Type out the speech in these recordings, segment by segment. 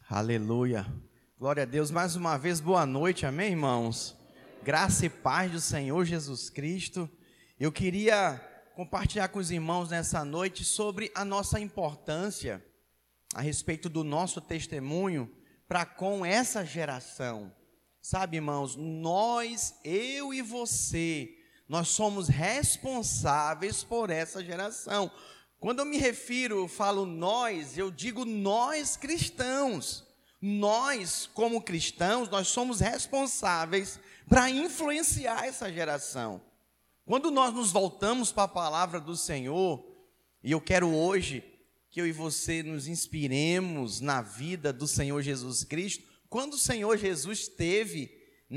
Aleluia, glória a Deus, mais uma vez boa noite, amém, irmãos? Graça e paz do Senhor Jesus Cristo. Eu queria compartilhar com os irmãos nessa noite sobre a nossa importância a respeito do nosso testemunho para com essa geração. Sabe, irmãos, eu e você, nós somos responsáveis por essa geração. Quando eu falo nós, eu digo nós cristãos. Nós, como cristãos, nós somos responsáveis para influenciar essa geração. Quando nós nos voltamos para a palavra do Senhor, e eu quero hoje que eu e você nos inspiremos na vida do Senhor Jesus Cristo. Quando o Senhor Jesus esteve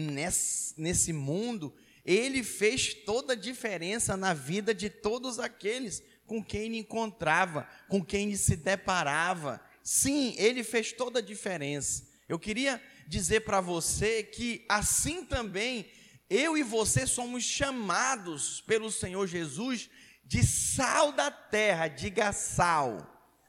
nesse mundo, Ele fez toda a diferença na vida de todos aqueles com quem Ele encontrava, com quem Ele se deparava. Sim, Ele fez toda a diferença. Eu queria dizer para você que assim também eu e você somos chamados pelo Senhor Jesus de sal da terra, diga sal.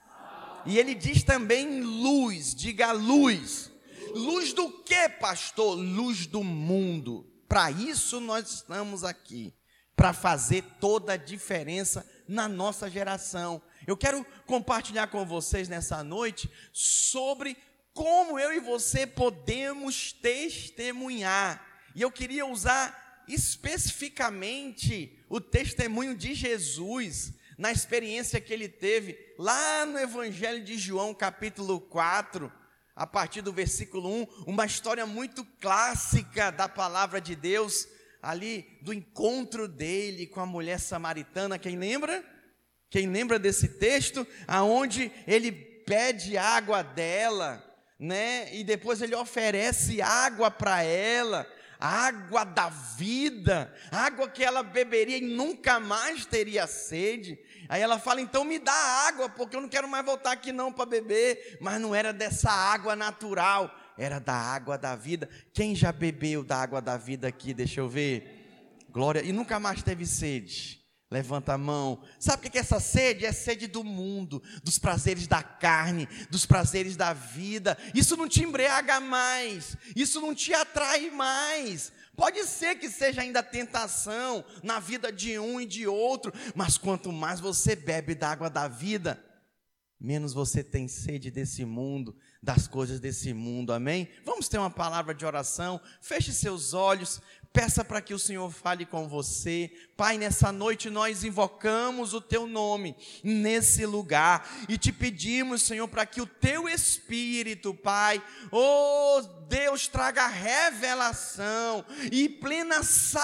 E Ele diz também luz, diga luz. Luz do que, pastor? Luz do mundo. Para isso nós estamos aqui, para fazer toda a diferença na nossa geração. Eu quero compartilhar com vocês nessa noite sobre como eu e você podemos testemunhar. E eu queria usar especificamente o testemunho de Jesus, na experiência que ele teve lá no Evangelho de João, capítulo 4, a partir do versículo 1, uma história muito clássica da palavra de Deus, ali do encontro dele com a mulher samaritana. Quem lembra? Quem lembra desse texto? Aonde ele pede água dela, né? E depois ele oferece água para ela, água da vida, água que ela beberia e nunca mais teria sede. Aí ela fala, então me dá água, porque eu não quero mais voltar aqui não para beber. Mas não era dessa água natural, era da água da vida. Quem já bebeu da água da vida aqui? Deixa eu ver. Glória. E nunca mais teve sede? Levanta a mão. Sabe o que é essa sede? É sede do mundo, dos prazeres da carne, dos prazeres da vida. Isso não te embriaga mais, isso não te atrai mais. Pode ser que seja ainda tentação na vida de um e de outro, mas quanto mais você bebe da água da vida, menos você tem sede desse mundo, das coisas desse mundo, amém? Vamos ter uma palavra de oração, feche seus olhos, peça para que o Senhor fale com você. Pai, nessa noite nós invocamos o Teu nome nesse lugar e te pedimos, Senhor, para que o Teu Espírito, Pai, oh Deus, traga revelação e plena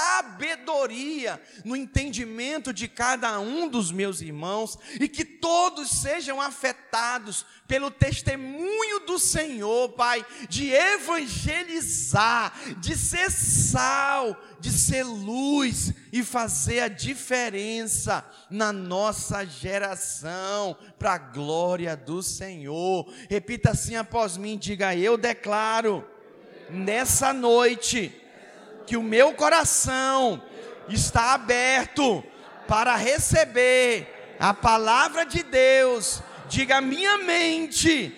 sabedoria no entendimento de cada um dos meus irmãos e que todos sejam afetados pelo testemunho do Senhor, Pai, de evangelizar, de ser sal, de ser luz e fazer a diferença na nossa geração, para a glória do Senhor. Repita assim após mim, diga: eu declaro nessa noite que o meu coração está aberto para receber a palavra de Deus. Diga: minha mente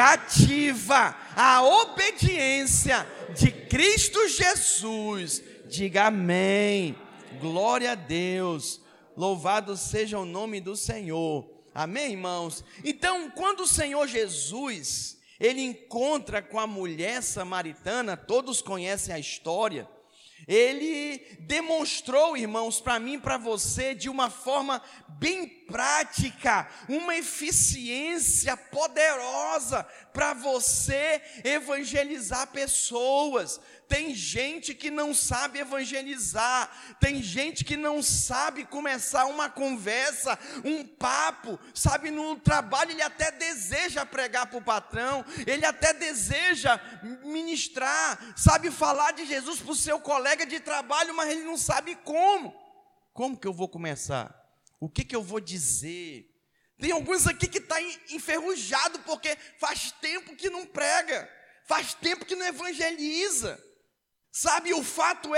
cativa a obediência de Cristo Jesus. Diga amém. Glória a Deus. Louvado seja o nome do Senhor. Amém, irmãos? Então, quando o Senhor Jesus, ele encontra com a mulher samaritana, todos conhecem a história, ele demonstrou, irmãos, para mim e para você, de uma forma bem prática, uma eficiência poderosa para você evangelizar pessoas. Tem gente que não sabe evangelizar, tem gente que não sabe começar uma conversa, um papo, sabe, no trabalho ele até deseja pregar para o patrão, ele até deseja ministrar, sabe, falar de Jesus para o seu colega de trabalho, mas ele não sabe como. Como que eu vou começar? O que eu vou dizer? Tem alguns aqui que estão enferrujados porque faz tempo que não prega, faz tempo que não evangeliza. Sabe, o fato é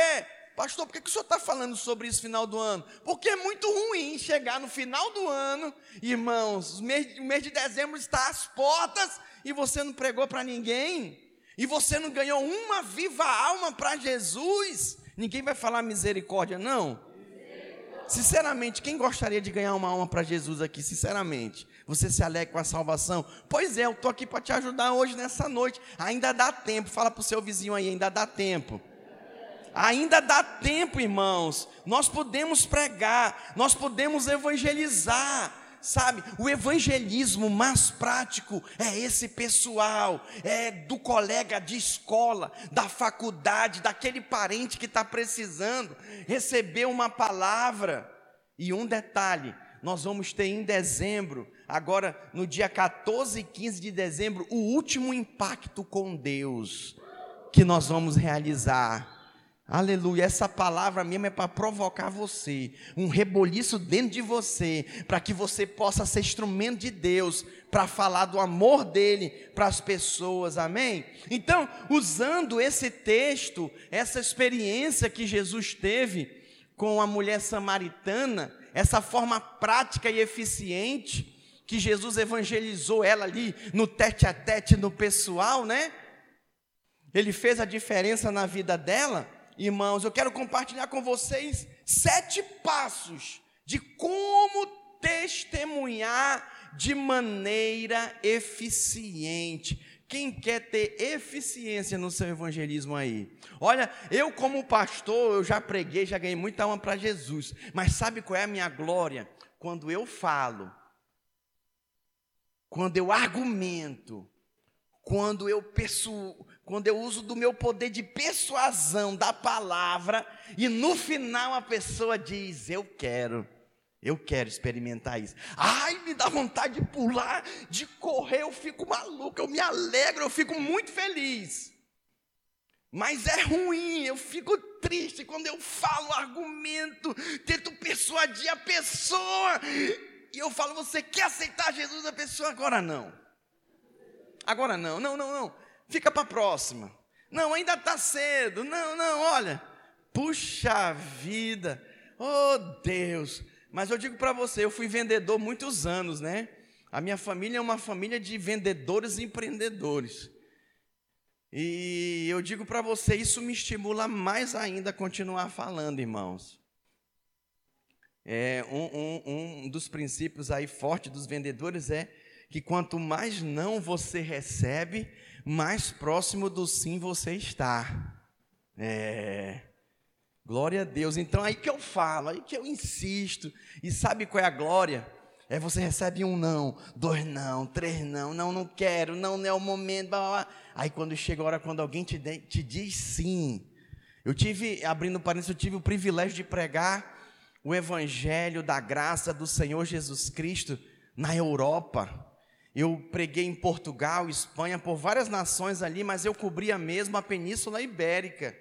Pastor, por que o senhor está falando sobre isso no final do ano? Porque é muito ruim chegar no final do ano, irmãos, o mês de dezembro está às portas e você não pregou para ninguém, e você não ganhou uma viva alma para Jesus. Ninguém vai falar misericórdia, não? Sinceramente, quem gostaria de ganhar uma alma para Jesus aqui, sinceramente? Você se alegra com a salvação? Pois é, eu estou aqui para te ajudar hoje, nessa noite. Ainda dá tempo, fala para o seu vizinho aí, ainda dá tempo. Ainda dá tempo, irmãos. Nós podemos pregar, nós podemos evangelizar. Sabe, o evangelismo mais prático é esse pessoal, é do colega de escola, da faculdade, daquele parente que está precisando receber uma palavra. E um detalhe, nós vamos ter em dezembro, agora no dia 14 e 15 de dezembro, o último impacto com Deus que nós vamos realizar. Aleluia, essa palavra mesmo é para provocar você, um reboliço dentro de você, para que você possa ser instrumento de Deus, para falar do amor dele para as pessoas, amém? Então, usando esse texto, essa experiência que Jesus teve com a mulher samaritana, essa forma prática e eficiente, que Jesus evangelizou ela ali no tete a tete no pessoal, né? Ele fez a diferença na vida dela. Irmãos, eu quero compartilhar com vocês 7 passos de como testemunhar de maneira eficiente. Quem quer ter eficiência no seu evangelismo aí? Olha, eu como pastor, eu já preguei, já ganhei muita alma para Jesus. Mas sabe qual é a minha glória? Quando eu falo, quando eu argumento, quando eu uso do meu poder de persuasão da palavra, e no final a pessoa diz, eu quero experimentar isso. Ai, me dá vontade de pular, de correr, eu fico maluco, eu me alegro, eu fico muito feliz. Mas é ruim, eu fico triste quando eu falo, argumento, tento persuadir a pessoa, e eu falo, você quer aceitar Jesus? A pessoa, agora não. Agora não, fica para a próxima. Não, ainda está cedo, não, olha, puxa vida, oh Deus. Mas eu digo para você, eu fui vendedor muitos anos, né? A minha família é uma família de vendedores e empreendedores. E eu digo para você, isso me estimula mais ainda a continuar falando, irmãos. Um dos princípios aí fortes dos vendedores é que quanto mais não você recebe, mais próximo do sim você está. Glória a Deus. Então aí que eu falo, aí que eu insisto. E sabe qual é a glória? Você recebe um não, 2 não, 3 não quero, não é o momento, blá, blá, blá. Aí quando chega a hora, quando alguém te diz sim. Abrindo parênteses, eu tive o privilégio de pregar o evangelho da graça do Senhor Jesus Cristo na Europa. Eu preguei em Portugal, Espanha, por várias nações ali, mas eu cobria mesmo a Península Ibérica.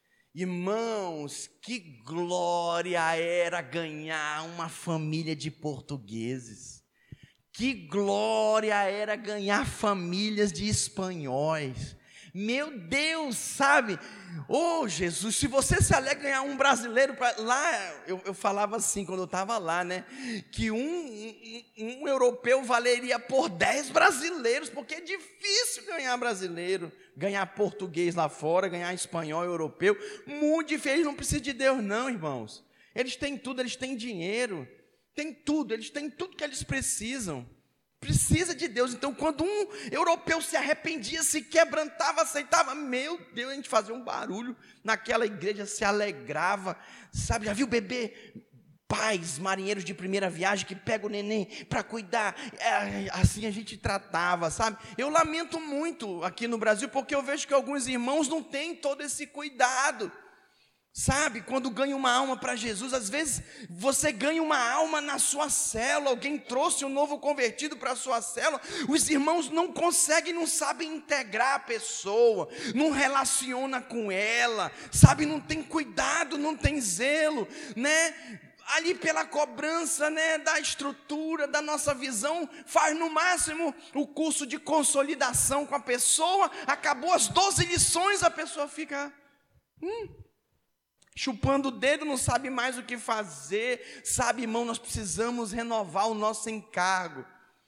Irmãos, que glória era ganhar uma família de portugueses. Que glória era ganhar famílias de espanhóis. Meu Deus, sabe? Oh, Jesus, se você se alegra ganhar um brasileiro lá, eu falava assim quando eu estava lá, né? Que um europeu valeria por 10 brasileiros, porque é difícil ganhar brasileiro, ganhar português lá fora, ganhar espanhol, europeu. Muito difícil, não precisa de Deus não, irmãos. Eles têm tudo, eles têm dinheiro, eles têm tudo que eles precisam. Precisa de Deus. Então quando um europeu se arrependia, se quebrantava, aceitava, meu Deus, a gente fazia um barulho naquela igreja, se alegrava, sabe, já viu bebê, pais, marinheiros de primeira viagem que pegam o neném para cuidar, assim a gente tratava, sabe. Eu lamento muito aqui no Brasil, porque eu vejo que alguns irmãos não têm todo esse cuidado. Sabe, quando ganha uma alma para Jesus, às vezes você ganha uma alma na sua célula, alguém trouxe um novo convertido para a sua célula, os irmãos não conseguem, não sabem integrar a pessoa, não relaciona com ela, sabe, não tem cuidado, não tem zelo, né? Ali pela cobrança, né, da estrutura, da nossa visão, faz no máximo o curso de consolidação com a pessoa, acabou as 12 lições, a pessoa fica... chupando o dedo, não sabe mais o que fazer. Sabe, irmão, nós precisamos renovar o nosso encargo.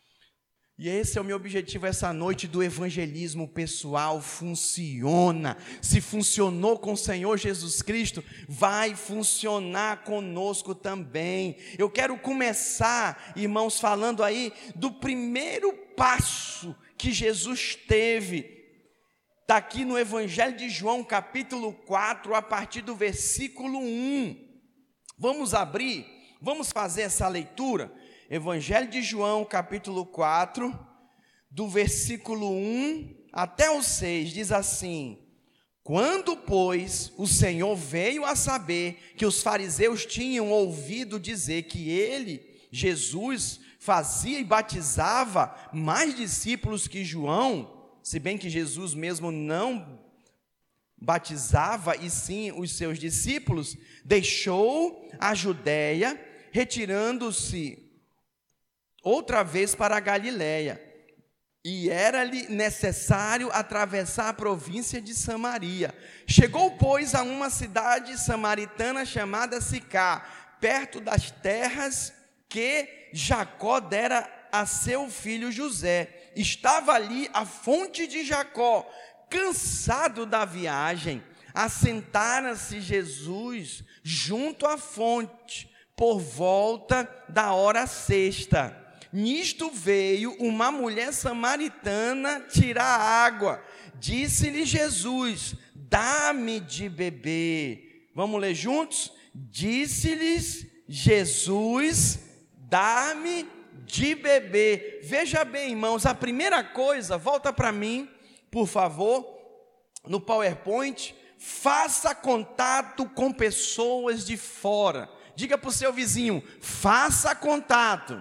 E esse é o meu objetivo essa noite do evangelismo pessoal. Funciona. Se funcionou com o Senhor Jesus Cristo, vai funcionar conosco também. Eu quero começar, irmãos, falando aí do primeiro passo que Jesus teve. Está aqui no Evangelho de João, capítulo 4, a partir do versículo 1. Vamos abrir, vamos fazer essa leitura. Evangelho de João, capítulo 4, do versículo 1 até o 6, diz assim: Quando, pois, o Senhor veio a saber que os fariseus tinham ouvido dizer que ele, Jesus, fazia e batizava mais discípulos que João, se bem que Jesus mesmo não batizava, e sim os seus discípulos, deixou a Judéia, retirando-se outra vez para a Galiléia, e era-lhe necessário atravessar a província de Samaria. Chegou, pois, a uma cidade samaritana chamada Sicá, perto das terras que Jacó dera a seu filho José. Estava ali a fonte de Jacó. Cansado da viagem, assentara-se Jesus junto à fonte, por volta da hora sexta. Nisto veio uma mulher samaritana tirar água. Disse-lhe Jesus: dá-me de beber. Vamos ler juntos? Disse-lhes Jesus: dá-me de beber. Veja bem, irmãos, a primeira coisa, volta para mim, por favor, no PowerPoint. Faça contato com pessoas de fora. Diga para o seu vizinho: faça contato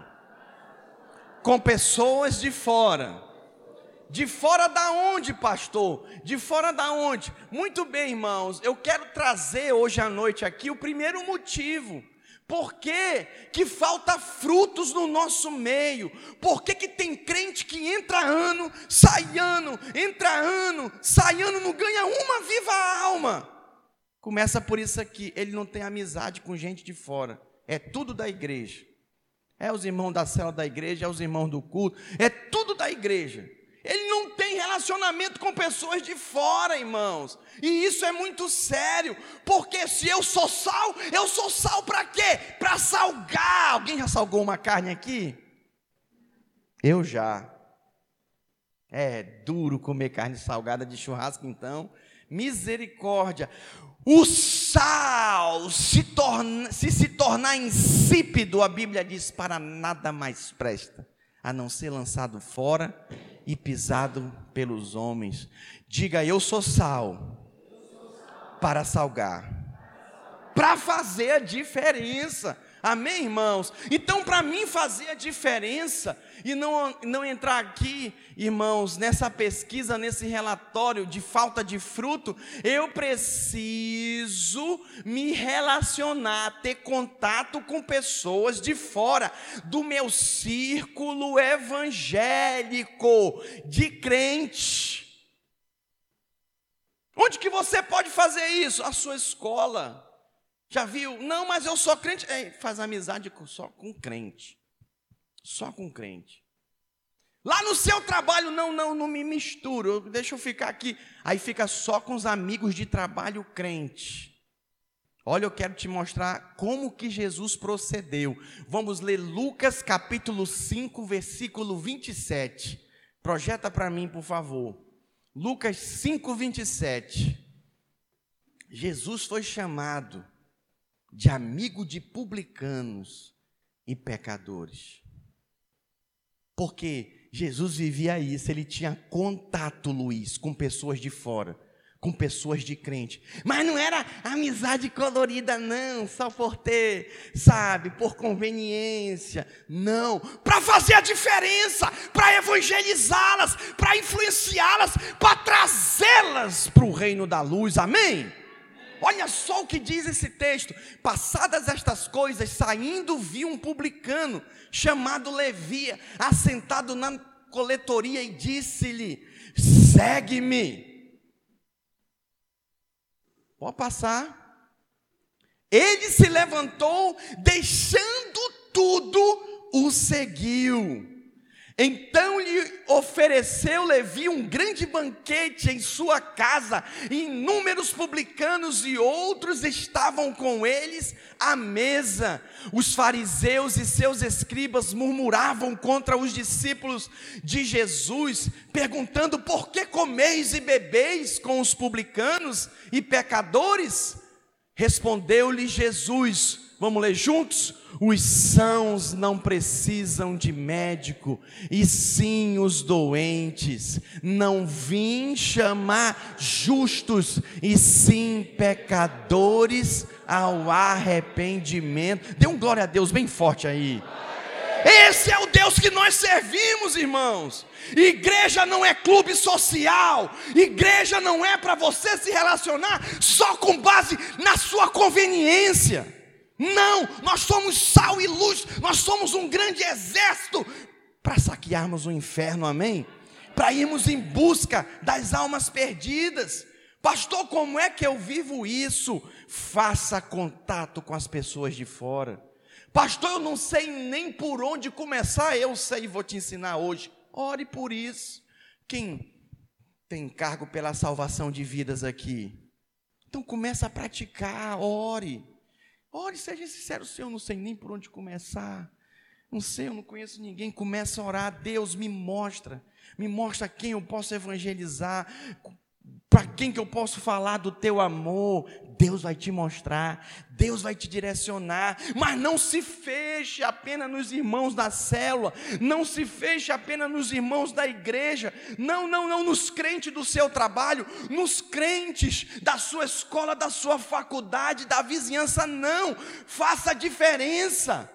com pessoas de fora. De fora da onde, pastor? De fora da onde? Muito bem, irmãos, eu quero trazer hoje à noite aqui o primeiro motivo. Por que que falta frutos no nosso meio? Por que que tem crente que entra ano, sai ano, entra ano, sai ano, não ganha uma viva alma? Começa por isso aqui: ele não tem amizade com gente de fora. É tudo da igreja. É os irmãos da célula da igreja, é os irmãos do culto, é tudo da igreja. Ele não tem relacionamento com pessoas de fora, irmãos. E isso é muito sério, porque se eu sou sal para quê? Para salgar. Alguém já salgou uma carne aqui? Eu já. É duro comer carne salgada de churrasco, então. Misericórdia. O sal, se tornar insípido, a Bíblia diz, para nada mais presta, a não ser lançado fora e pisado pelos homens. Diga: eu sou sal para salgar, para fazer a diferença. Amém, irmãos? Então, para mim fazer a diferença e não entrar aqui, irmãos, nessa pesquisa, nesse relatório de falta de fruto, eu preciso me relacionar, ter contato com pessoas de fora do meu círculo evangélico de crente. Onde que você pode fazer isso? A sua escola. Já viu? Não, mas eu sou crente. Faz amizade só com crente. Só com crente. Lá no seu trabalho, não me misturo. Deixa eu ficar aqui. Aí fica só com os amigos de trabalho crente. Olha, eu quero te mostrar como que Jesus procedeu. Vamos ler Lucas capítulo 5, versículo 27. Projeta para mim, por favor. Lucas 5, 27. Jesus foi chamado de amigo de publicanos e pecadores, porque Jesus vivia isso. Ele tinha contato, Luiz, com pessoas de fora, com pessoas de crente, mas não era amizade colorida não, só por ter, sabe, por conveniência, não, para fazer a diferença, para evangelizá-las, para influenciá-las, para trazê-las para o reino da luz, amém? Olha só o que diz esse texto: passadas estas coisas, saindo, viu um publicano, chamado Levi, assentado na coletoria, e disse-lhe: segue-me. Pode passar. Ele se levantou, deixando tudo, o seguiu. Então lhe ofereceu Levi um grande banquete em sua casa, e inúmeros publicanos e outros estavam com eles à mesa. Os fariseus e seus escribas murmuravam contra os discípulos de Jesus, perguntando: por que comeis e bebeis com os publicanos e pecadores? Respondeu-lhe Jesus, vamos ler juntos? Os sãos não precisam de médico, e sim os doentes. Não vim chamar justos, e sim pecadores ao arrependimento. Dê um glória a Deus bem forte aí. Esse é o Deus que nós servimos, irmãos. Igreja não é clube social. Igreja não é para você se relacionar só com base na sua conveniência. Não, nós somos sal e luz. Nós somos um grande exército para saquearmos o inferno, amém? Para irmos em busca das almas perdidas. Pastor, como é que eu vivo isso? Faça contato com as pessoas de fora. Pastor, eu não sei nem por onde começar. Eu sei e vou te ensinar hoje. Ore por isso. Quem tem cargo pela salvação de vidas aqui? Então começa a praticar, ore. Ore, seja sincero: Senhor, eu não sei nem por onde começar. Não sei, eu não conheço ninguém. Começa a orar: Deus, me mostra quem eu posso evangelizar, para quem que eu posso falar do teu amor. Deus vai te mostrar, Deus vai te direcionar. Mas não se feche apenas nos irmãos da célula, não se feche apenas nos irmãos da igreja, não, nos crentes do seu trabalho, nos crentes da sua escola, da sua faculdade, da vizinhança, não. Faça a diferença.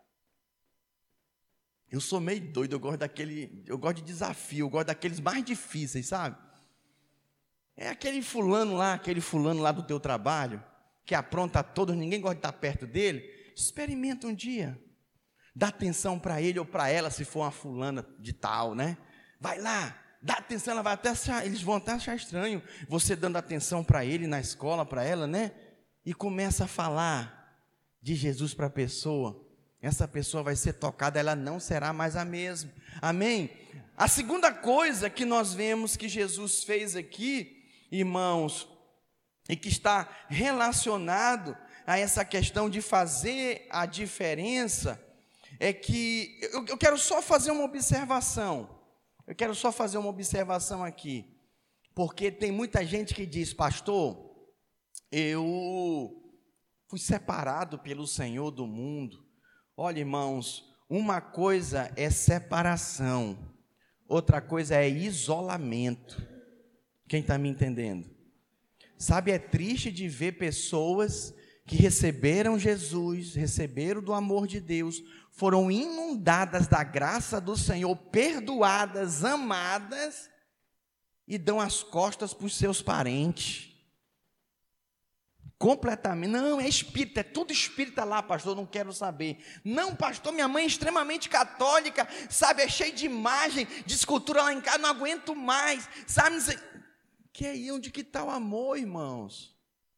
Eu sou meio doido, eu gosto de desafio, eu gosto daqueles mais difíceis, sabe? É aquele fulano lá do teu trabalho, que apronta a todos, ninguém gosta de estar perto dele. Experimenta um dia, dá atenção para ele ou para ela, se for uma fulana de tal, né? Vai lá, dá atenção, eles vão até achar estranho você dando atenção para ele na escola, para ela, né? E começa a falar de Jesus para a pessoa. Essa pessoa vai ser tocada, ela não será mais a mesma, amém? A segunda coisa que nós vemos que Jesus fez aqui, irmãos, e que está relacionado a essa questão de fazer a diferença, é que eu quero só fazer uma observação. Eu quero só fazer uma observação aqui, porque tem muita gente que diz: pastor, eu fui separado pelo Senhor do mundo. Olha, irmãos, uma coisa é separação, outra coisa é isolamento. Quem está me entendendo? Sabe, é triste de ver pessoas que receberam Jesus, receberam do amor de Deus, foram inundadas da graça do Senhor, perdoadas, amadas, e dão as costas para os seus parentes. Completamente. Não, é espírita, é tudo espírita lá, pastor, não quero saber. Não, pastor, minha mãe é extremamente católica, sabe, é cheia de imagem, de escultura lá em casa, não aguento mais, sabe, que aí onde que está o amor, irmãos?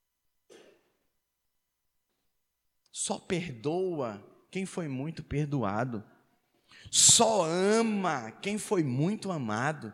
Só perdoa quem foi muito perdoado. Só ama quem foi muito amado.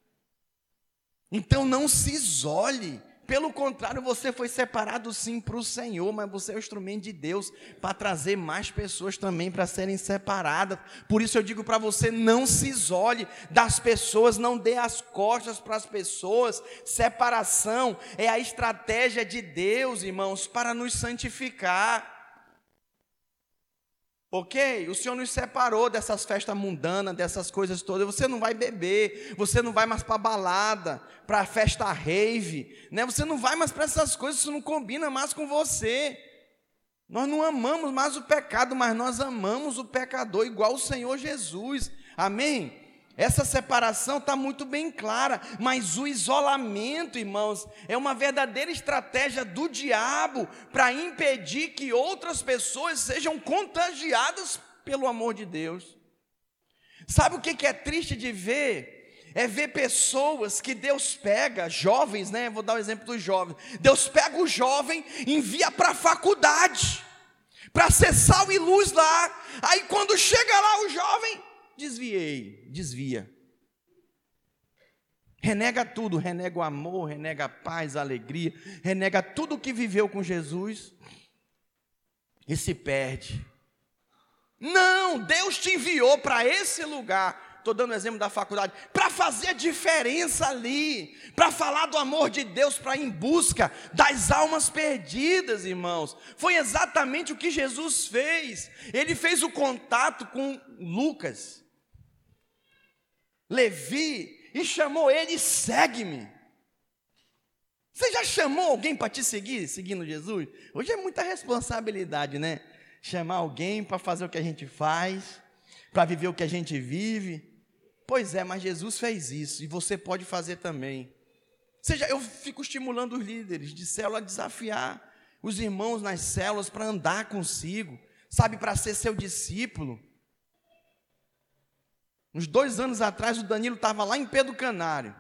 Então não se isole. Pelo contrário, você foi separado sim para o Senhor, mas você é o instrumento de Deus para trazer mais pessoas também para serem separadas. Por isso eu digo para você: não se isole das pessoas, não dê as costas para as pessoas. Separação é a estratégia de Deus, irmãos, para nos santificar. Ok? O Senhor nos separou dessas festas mundanas, dessas coisas todas. Você não vai beber, você não vai mais para balada, para festa rave, né? Você não vai mais para essas coisas, isso não combina mais com você. Nós não amamos mais o pecado, mas nós amamos o pecador igual o Senhor Jesus, amém? Essa separação está muito bem clara, mas o isolamento, irmãos, é uma verdadeira estratégia do diabo para impedir que outras pessoas sejam contagiadas pelo amor de Deus. Sabe o que é triste de ver? é ver pessoas que Deus pega, jovens, né? Vou dar o exemplo dos jovens. Deus pega o jovem e envia para a faculdade, para ser sal e luz lá. Aí quando chega lá o jovem, desvia. Renega tudo, renega o amor, renega a paz, a alegria, renega tudo o que viveu com Jesus e se perde. Não, Deus te enviou para esse lugar, estou dando o exemplo da faculdade, para fazer a diferença ali, para falar do amor de Deus, para ir em busca das almas perdidas, irmãos. Foi exatamente o que Jesus fez. Ele fez o contato com Lucas, Levi, e chamou ele: segue-me. Você já chamou alguém para te seguir, seguindo Jesus? Hoje é muita responsabilidade, né? Chamar alguém para fazer o que a gente faz, para viver o que a gente vive. Pois é, mas Jesus fez isso, e você pode fazer também. Eu fico estimulando os líderes de célula a desafiar os irmãos nas células para andar consigo, sabe, para ser seu discípulo. Uns 2 anos atrás, o Danilo estava lá em Pedro Canário.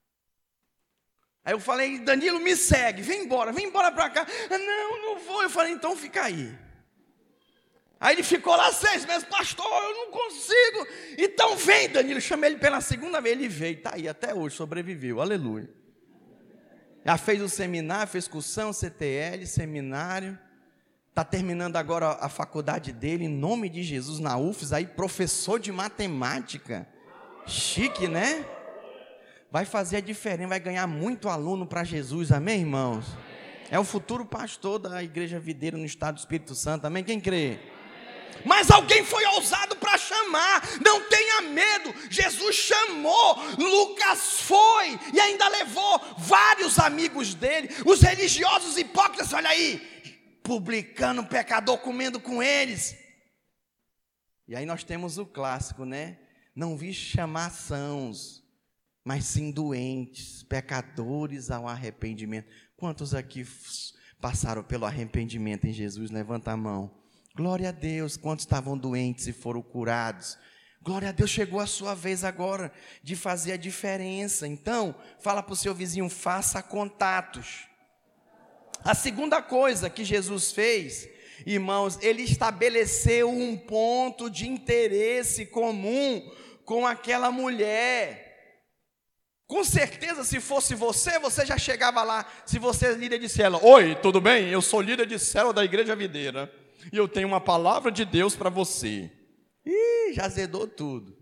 Aí eu falei: Danilo, me segue, vem embora para cá. Não vou. Eu falei: então fica aí. Aí ele ficou lá 6 meses: pastor, eu não consigo. Então vem, Danilo. Chamei ele pela 2ª vez, ele veio, está aí até hoje, sobreviveu, aleluia. Já fez o seminário, fez cursão, CTL, seminário. Está terminando agora a faculdade dele, em nome de Jesus, na UFES, aí professor de matemática. Chique, né? Vai fazer a diferença, vai ganhar muito aluno para Jesus, amém, irmãos? É o futuro pastor da Igreja Videira no estado do Espírito Santo, amém? Quem crê? Mas alguém foi ousado para chamar, não tenha medo. Jesus chamou, Lucas foi, e ainda levou vários amigos dele, os religiosos hipócritas, olha aí, publicano, pecador, comendo com eles. E aí nós temos o clássico, né? Não vi chamar sãos, mas sim doentes, pecadores ao arrependimento. Quantos aqui passaram pelo arrependimento em Jesus? Levanta a mão. Glória a Deus. Quantos estavam doentes e foram curados? Glória a Deus, chegou a sua vez agora de fazer a diferença. Então, fala para o seu vizinho: faça contatos. A segunda coisa que Jesus fez, irmãos, ele estabeleceu um ponto de interesse comum com aquela mulher. Com certeza, se fosse você já chegava lá. Se você é líder de célula: oi, tudo bem? Eu sou líder de célula da Igreja Videira e eu tenho uma palavra de Deus para você. Ih, já azedou tudo.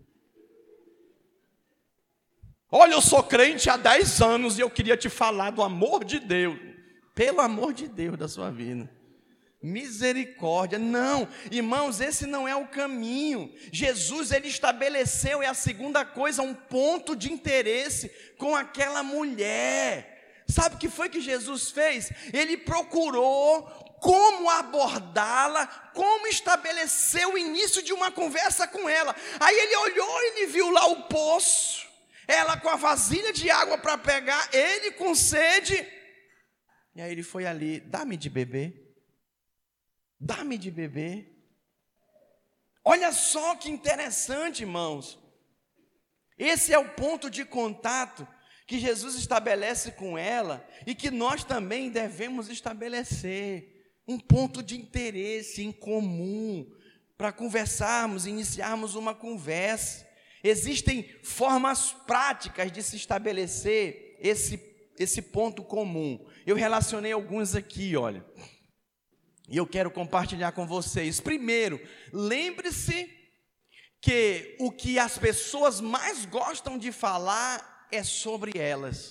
Olha, eu sou crente há 10 anos e eu queria te falar do amor de Deus. Pelo amor de Deus da sua vida. Misericórdia. Não, irmãos, esse não é o caminho. Jesus, ele estabeleceu, é a segunda coisa, um ponto de interesse com aquela mulher. Sabe o que foi que Jesus fez? Ele procurou como abordá-la, como estabelecer o início de uma conversa com ela. Aí ele olhou e ele viu lá o poço, ela com a vasilha de água para pegar, ele com sede. E aí ele foi ali: dá-me de beber. Dá-me de beber. Olha só que interessante, irmãos. Esse é o ponto de contato que Jesus estabelece com ela e que nós também devemos estabelecer. Um ponto de interesse em comum para conversarmos, iniciarmos uma conversa. Existem formas práticas de se estabelecer esse ponto comum. Eu relacionei alguns aqui, olha, e eu quero compartilhar com vocês. Primeiro, lembre-se que o que as pessoas mais gostam de falar é sobre elas.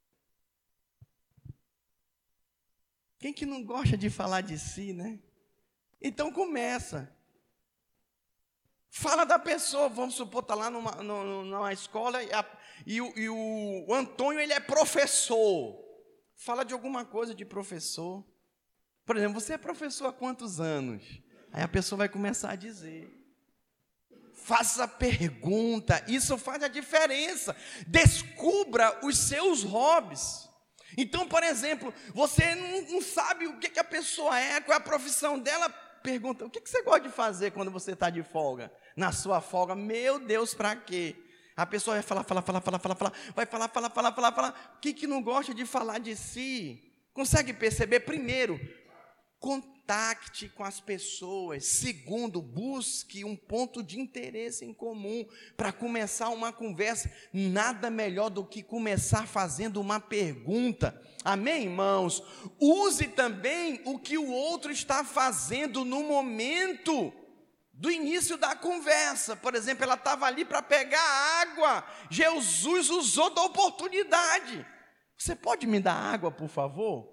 Quem que não gosta de falar de si, né? Então começa. Fala da pessoa, vamos supor, está lá numa escola e o Antônio, ele é professor. Fala de alguma coisa de professor. Por exemplo, você é professor há quantos anos? Aí a pessoa vai começar a dizer. Faça pergunta, isso faz a diferença. Descubra os seus hobbies. Então, por exemplo, você não sabe o que a pessoa é, qual é a profissão dela. Pergunta: o que você gosta de fazer quando você está de folga? Na sua folga, meu Deus, para quê? A pessoa vai falar, vai falar. Quem que não gosta de falar de si? Consegue perceber? Primeiro, contacte com as pessoas. Segundo, busque um ponto de interesse em comum para começar uma conversa. Nada melhor do que começar fazendo uma pergunta. Amém, irmãos? Use também o que o outro está fazendo no momento do início da conversa. Por exemplo, ela estava ali para pegar água. Jesus usou da oportunidade. Você pode me dar água, por favor?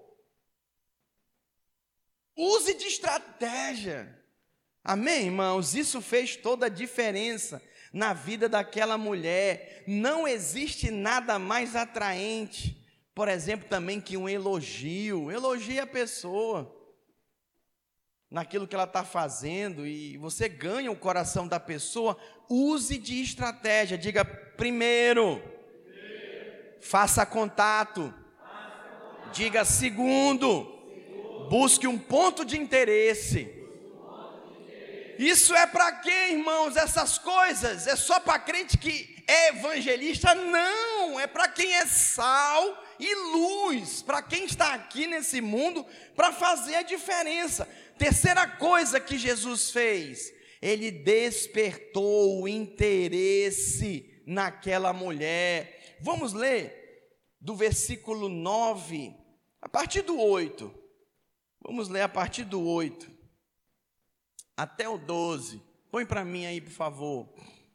Use de estratégia. Amém, irmãos? Isso fez toda a diferença na vida daquela mulher. Não existe nada mais atraente, por exemplo, também que um elogio. Elogie a pessoa naquilo que ela está fazendo e você ganha o coração da pessoa. Use de estratégia. Diga: primeiro, faça contato. Diga: segundo, busque um ponto de interesse. Isso é para quê, irmãos? Essas coisas é só para crente que é evangelista? Não, é para quem é sal e luz, para quem está aqui nesse mundo para fazer a diferença. Terceira coisa que Jesus fez, ele despertou o interesse naquela mulher. Vamos ler do versículo 9, a partir do 8. Vamos ler a partir do 8 até o 12. Põe para mim aí, por favor.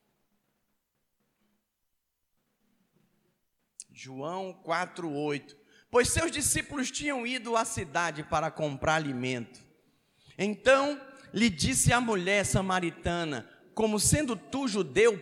João 4:8. Pois seus discípulos tinham ido à cidade para comprar alimento. Então lhe disse a mulher samaritana: como sendo tu judeu,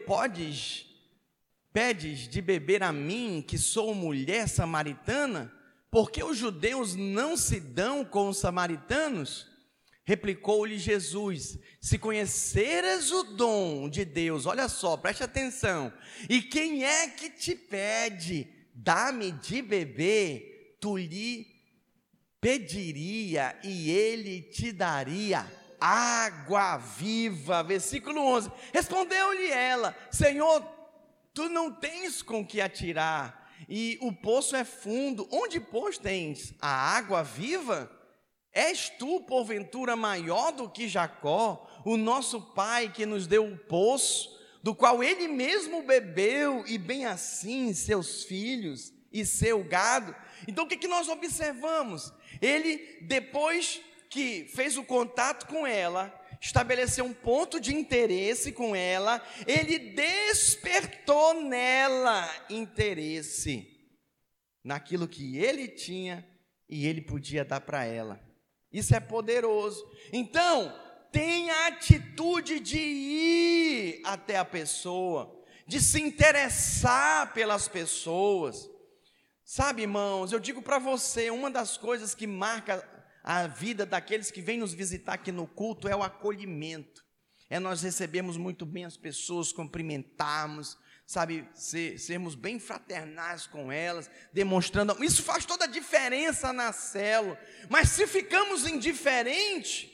pedes de beber a mim, que sou mulher samaritana? Porque os judeus não se dão com os samaritanos? Replicou-lhe Jesus: se conheceras o dom de Deus, olha só, preste atenção, e quem é que te pede, dá-me de beber, tu lhe pediria e ele te daria água viva. Versículo 11, respondeu-lhe ela: Senhor, tu não tens com que atirar, e o poço é fundo, onde, pois, tens a água viva? És tu, porventura, maior do que Jacó, o nosso pai, que nos deu o poço, do qual ele mesmo bebeu, e bem assim seus filhos e seu gado? Então o que nós observamos? Ele, depois que fez o contato com ela, estabeleceu um ponto de interesse com ela, ele despertou nela interesse naquilo que ele tinha e ele podia dar para ela. Isso é poderoso. Então, tenha a atitude de ir até a pessoa, de se interessar pelas pessoas. Sabe, irmãos, eu digo para você, uma das coisas que marca a vida daqueles que vêm nos visitar aqui no culto é o acolhimento. É nós recebermos muito bem as pessoas, cumprimentarmos, sabe, sermos bem fraternais com elas, demonstrando, isso faz toda a diferença na célula. Mas se ficamos indiferentes,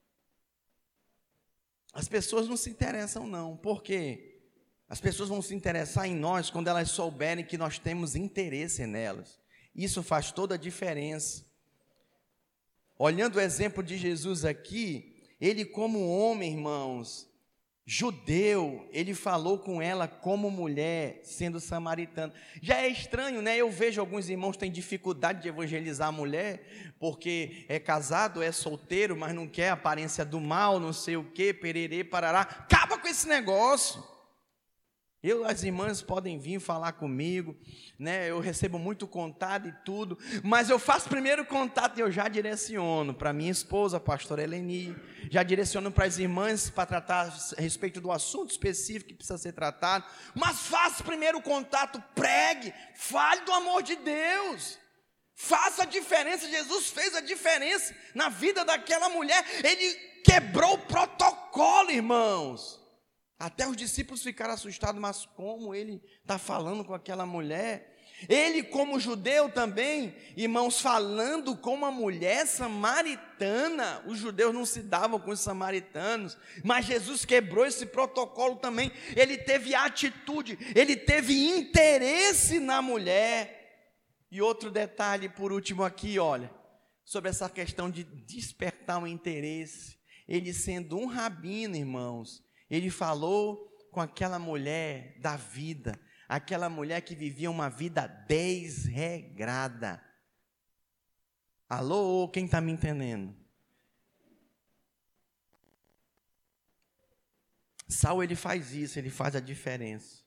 as pessoas não se interessam não. Por quê? As pessoas vão se interessar em nós quando elas souberem que nós temos interesse nelas. Isso faz toda a diferença. Olhando o exemplo de Jesus aqui, ele como homem, irmãos, judeu, ele falou com ela como mulher, sendo samaritana. Já é estranho, né? Eu vejo alguns irmãos que têm dificuldade de evangelizar a mulher, porque é casado, é solteiro, mas não quer a aparência do mal, não sei o que, pererê, parará. Acaba com esse negócio. As irmãs podem vir falar comigo, né? Eu recebo muito contato e tudo, mas eu faço primeiro contato e eu já direciono para minha esposa, a pastora Eleni, já direciono para as irmãs para tratar a respeito do assunto específico que precisa ser tratado, mas faça primeiro contato, pregue, fale do amor de Deus, faça a diferença. Jesus fez a diferença na vida daquela mulher, ele quebrou o protocolo, irmãos. Até os discípulos ficaram assustados, mas como ele está falando com aquela mulher? Ele, como judeu também, irmãos, falando com uma mulher samaritana. Os judeus não se davam com os samaritanos, mas Jesus quebrou esse protocolo também. Ele teve atitude, ele teve interesse na mulher. E outro detalhe, por último aqui, olha, sobre essa questão de despertar um interesse. Ele sendo um rabino, irmãos, ele falou com aquela mulher da vida, aquela mulher que vivia uma vida desregrada. Alô, quem está me entendendo? Saulo, ele faz isso, ele faz a diferença.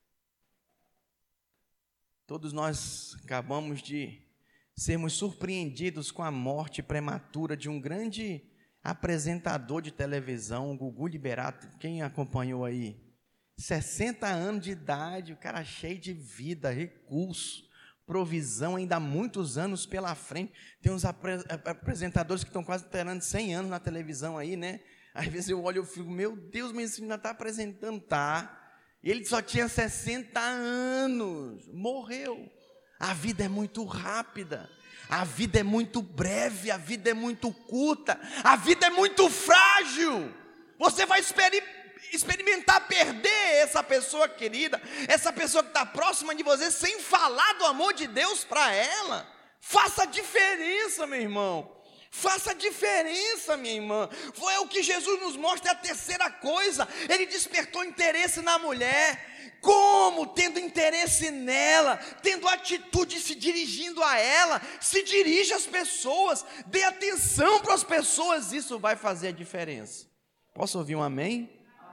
Todos nós acabamos de sermos surpreendidos com a morte prematura de um grande apresentador de televisão, Gugu Liberato. Quem acompanhou aí? 60 anos de idade, o cara cheio de vida, recurso, provisão, ainda há muitos anos pela frente. Tem uns apresentadores que estão quase terminando 100 anos na televisão aí, né? Às vezes eu olho e fico, meu Deus, mas esse ainda está apresentando, tá? Ele só tinha 60 anos, morreu. A vida é muito rápida, a vida é muito breve, a vida é muito curta, a vida é muito frágil. Você vai experimentar perder essa pessoa querida, essa pessoa que está próxima de você, sem falar do amor de Deus para ela. Faça a diferença, meu irmão. Faça a diferença, minha irmã. Foi o que Jesus nos mostra, é a terceira coisa. Ele despertou interesse na mulher. Como? Tendo interesse nela, tendo atitude, se dirigindo a ela. Se dirige às pessoas, dê atenção para as pessoas. Isso vai fazer a diferença. Posso ouvir um amém?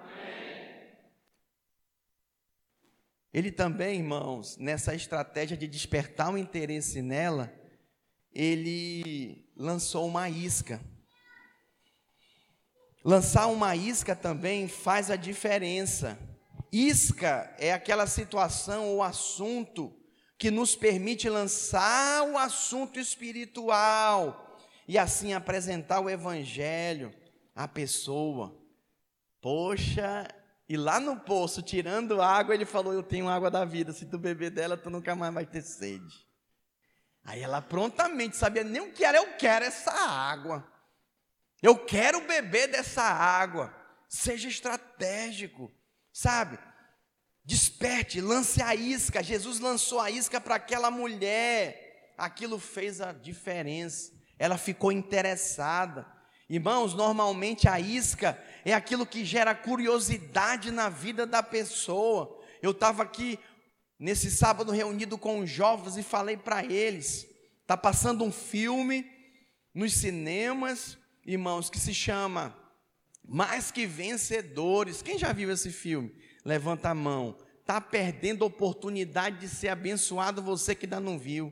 Ele também, irmãos, nessa estratégia de despertar o interesse nela, ele lançou uma isca. Lançar uma isca também faz a diferença. Isca é aquela situação ou assunto que nos permite lançar o assunto espiritual e assim apresentar o evangelho à pessoa. Poxa, e lá no poço, tirando água, ele falou, eu tenho água da vida, se tu beber dela, tu nunca mais vai ter sede. Aí ela prontamente, sabia nem o que era, eu quero essa água. Eu quero beber dessa água. Seja estratégico, sabe? Desperte, lance a isca. Jesus lançou a isca para aquela mulher. Aquilo fez a diferença. Ela ficou interessada. Irmãos, normalmente a isca é aquilo que gera curiosidade na vida da pessoa. Eu estava aqui nesse sábado reunido com os jovens e falei para eles, está passando um filme nos cinemas, irmãos, que se chama Mais Que Vencedores. Quem já viu esse filme? Levanta a mão. Está perdendo a oportunidade de ser abençoado, você que ainda não viu.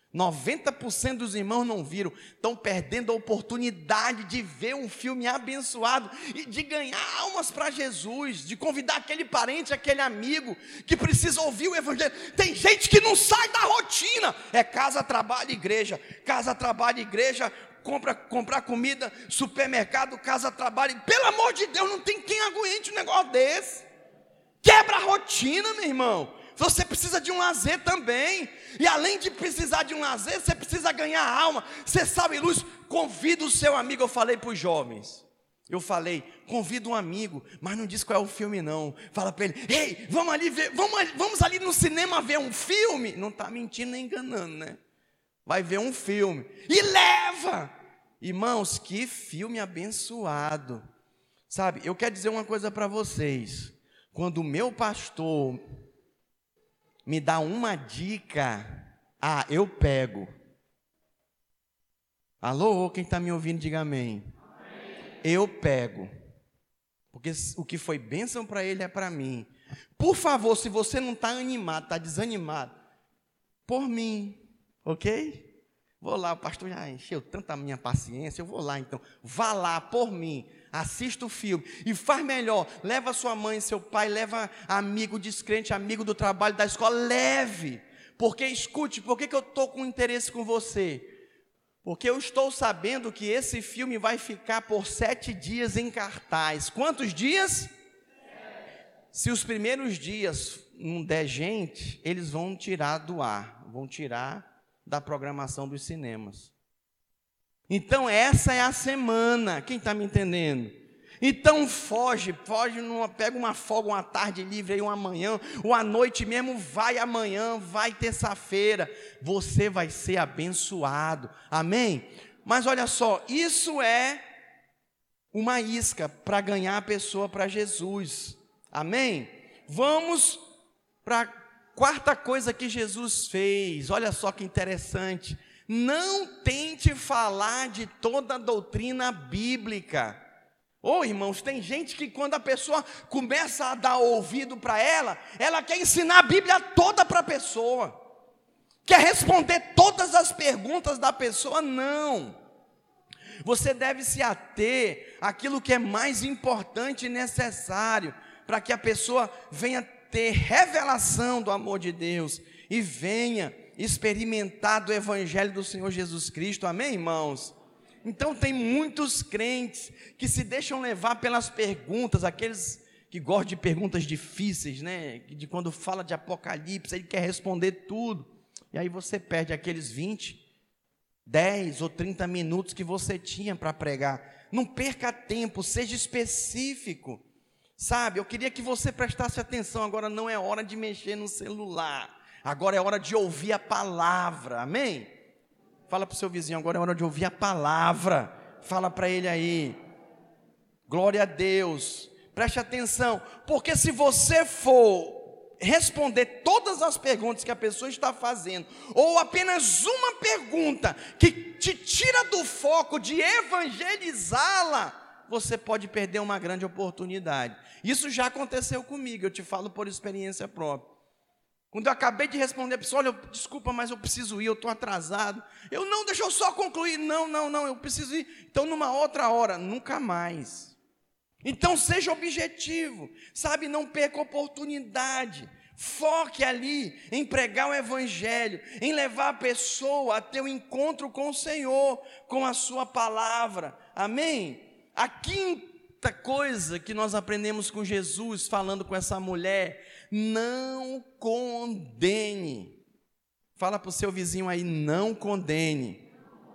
90% dos irmãos não viram, estão perdendo a oportunidade de ver um filme abençoado e de ganhar almas para Jesus, de convidar aquele parente, aquele amigo que precisa ouvir o evangelho. Tem gente que não sai da rotina, é casa, trabalho, igreja, casa, trabalho, igreja, comprar comida, supermercado, casa, trabalho. Pelo amor de Deus, não tem quem aguente um negócio desse. Quebra a rotina, meu irmão. Você precisa de um lazer também. E além de precisar de um lazer, você precisa ganhar alma. Você sabe, luz, convida o seu amigo. Eu falei para os jovens. Eu falei, convida um amigo, mas não diz qual é o filme não. Fala para ele, ei, vamos ali ver, vamos ali no cinema ver um filme. Não está mentindo nem enganando, né? Vai ver um filme. E leva. Irmãos, que filme abençoado. Sabe, eu quero dizer uma coisa para vocês. Quando o meu pastor me dá uma dica, eu pego. Alô, quem está me ouvindo, diga amém. Amém. Eu pego. Porque o que foi bênção para ele é para mim. Por favor, se você não está animado, está desanimado, por mim, ok? Vou lá, o pastor já encheu tanta a minha paciência, eu vou lá então. Vá lá, por mim. Assista o filme e faz melhor, leva sua mãe, seu pai, leva amigo descrente, amigo do trabalho, da escola, leve, porque escute, por que eu estou com interesse com você? Porque eu estou sabendo que esse filme vai ficar por 7 dias em cartaz. Quantos dias? se os primeiros dias não der gente, eles vão tirar do ar, vão tirar da programação dos cinemas. Então essa é a semana, quem está me entendendo? Então foge, pega uma folga, uma tarde livre aí, uma manhã, ou à noite mesmo, vai amanhã, vai terça-feira, você vai ser abençoado, amém? Mas olha só, isso é uma isca para ganhar a pessoa para Jesus, amém? Vamos para a quarta coisa que Jesus fez, olha só que interessante, não tente falar de toda a doutrina bíblica. Irmãos, tem gente que quando a pessoa começa a dar ouvido para ela quer ensinar a Bíblia toda para a pessoa, quer responder todas as perguntas da pessoa. Não, você deve se ater àquilo que é mais importante e necessário, para que a pessoa venha ter revelação do amor de Deus, e venha experimentar do Evangelho do Senhor Jesus Cristo, amém, irmãos? Então tem muitos crentes que se deixam levar pelas perguntas, aqueles que gostam de perguntas difíceis, né? De quando fala de Apocalipse, ele quer responder tudo, e aí você perde aqueles 20, 10 ou 30 minutos que você tinha para pregar. Não perca tempo, seja específico, sabe? Eu queria que você prestasse atenção, agora não é hora de mexer no celular, agora é hora de ouvir a palavra, amém? Fala para o seu vizinho, agora é hora de ouvir a palavra. Fala para ele aí. Glória a Deus. Preste atenção, porque se você for responder todas as perguntas que a pessoa está fazendo, ou apenas uma pergunta que te tira do foco de evangelizá-la, você pode perder uma grande oportunidade. Isso já aconteceu comigo, eu te falo por experiência própria. Quando eu acabei de responder a pessoa, olha, desculpa, mas eu preciso ir, eu estou atrasado. Deixa eu só concluir. Não, eu preciso ir. Então, numa outra hora, nunca mais. Então, seja objetivo, sabe, não perca a oportunidade. Foque ali em pregar o Evangelho, em levar a pessoa a ter um encontro com o Senhor, com a sua palavra, amém? A quinta coisa que nós aprendemos com Jesus, falando com essa mulher: não condene. Fala para o seu vizinho aí, não condene.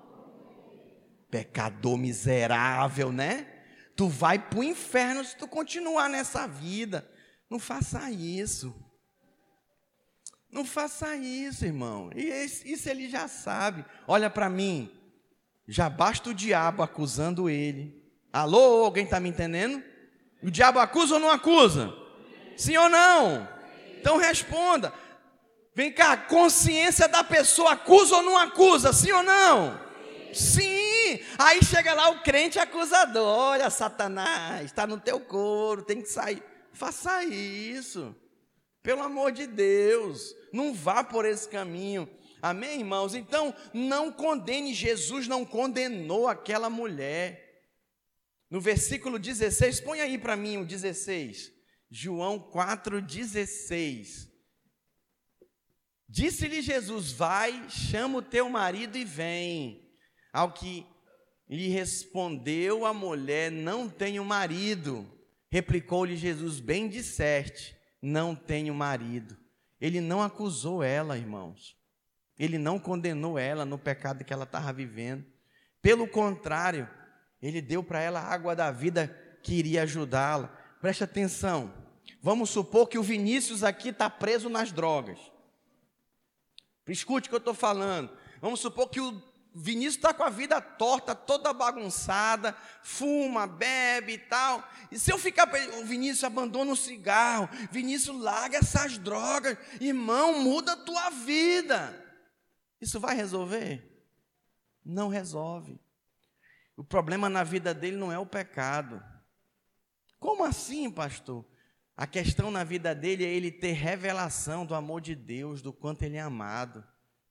Pecador miserável, né? Tu vai para o inferno se tu continuar nessa vida. Não faça isso. Não faça isso, irmão. Isso ele já sabe. Olha para mim. Já basta o diabo acusando ele. Alô, alguém está me entendendo? O diabo acusa ou não acusa? Sim ou não? Então responda. Vem cá, a consciência da pessoa acusa ou não acusa? Sim ou não? Sim. Aí chega lá o crente acusador: olha, Satanás, está no teu couro, tem que sair. Faça isso, pelo amor de Deus. Não vá por esse caminho, amém, irmãos? Então não condene. Jesus não condenou aquela mulher. No versículo 16, põe aí para mim o 16, João 4,16. Disse-lhe Jesus: vai, chama o teu marido e vem. Ao que lhe respondeu a mulher: não tenho marido. Replicou-lhe Jesus: bem disseste, não tenho marido. Ele não acusou ela, irmãos. Ele não condenou ela no pecado que ela estava vivendo. Pelo contrário, ele deu para ela a água da vida que iria ajudá-la. Preste atenção. Vamos supor que o Vinícius aqui está preso nas drogas. Escute o que eu estou falando. Vamos supor que o Vinícius está com a vida torta, toda bagunçada, fuma, bebe e tal. E se eu ficar para ele: o Vinícius, abandona o cigarro, Vinícius, larga essas drogas, irmão, muda a tua vida. Isso vai resolver? Não resolve. O problema na vida dele não é o pecado. Como assim, pastor? A questão na vida dele é ele ter revelação do amor de Deus, do quanto ele é amado.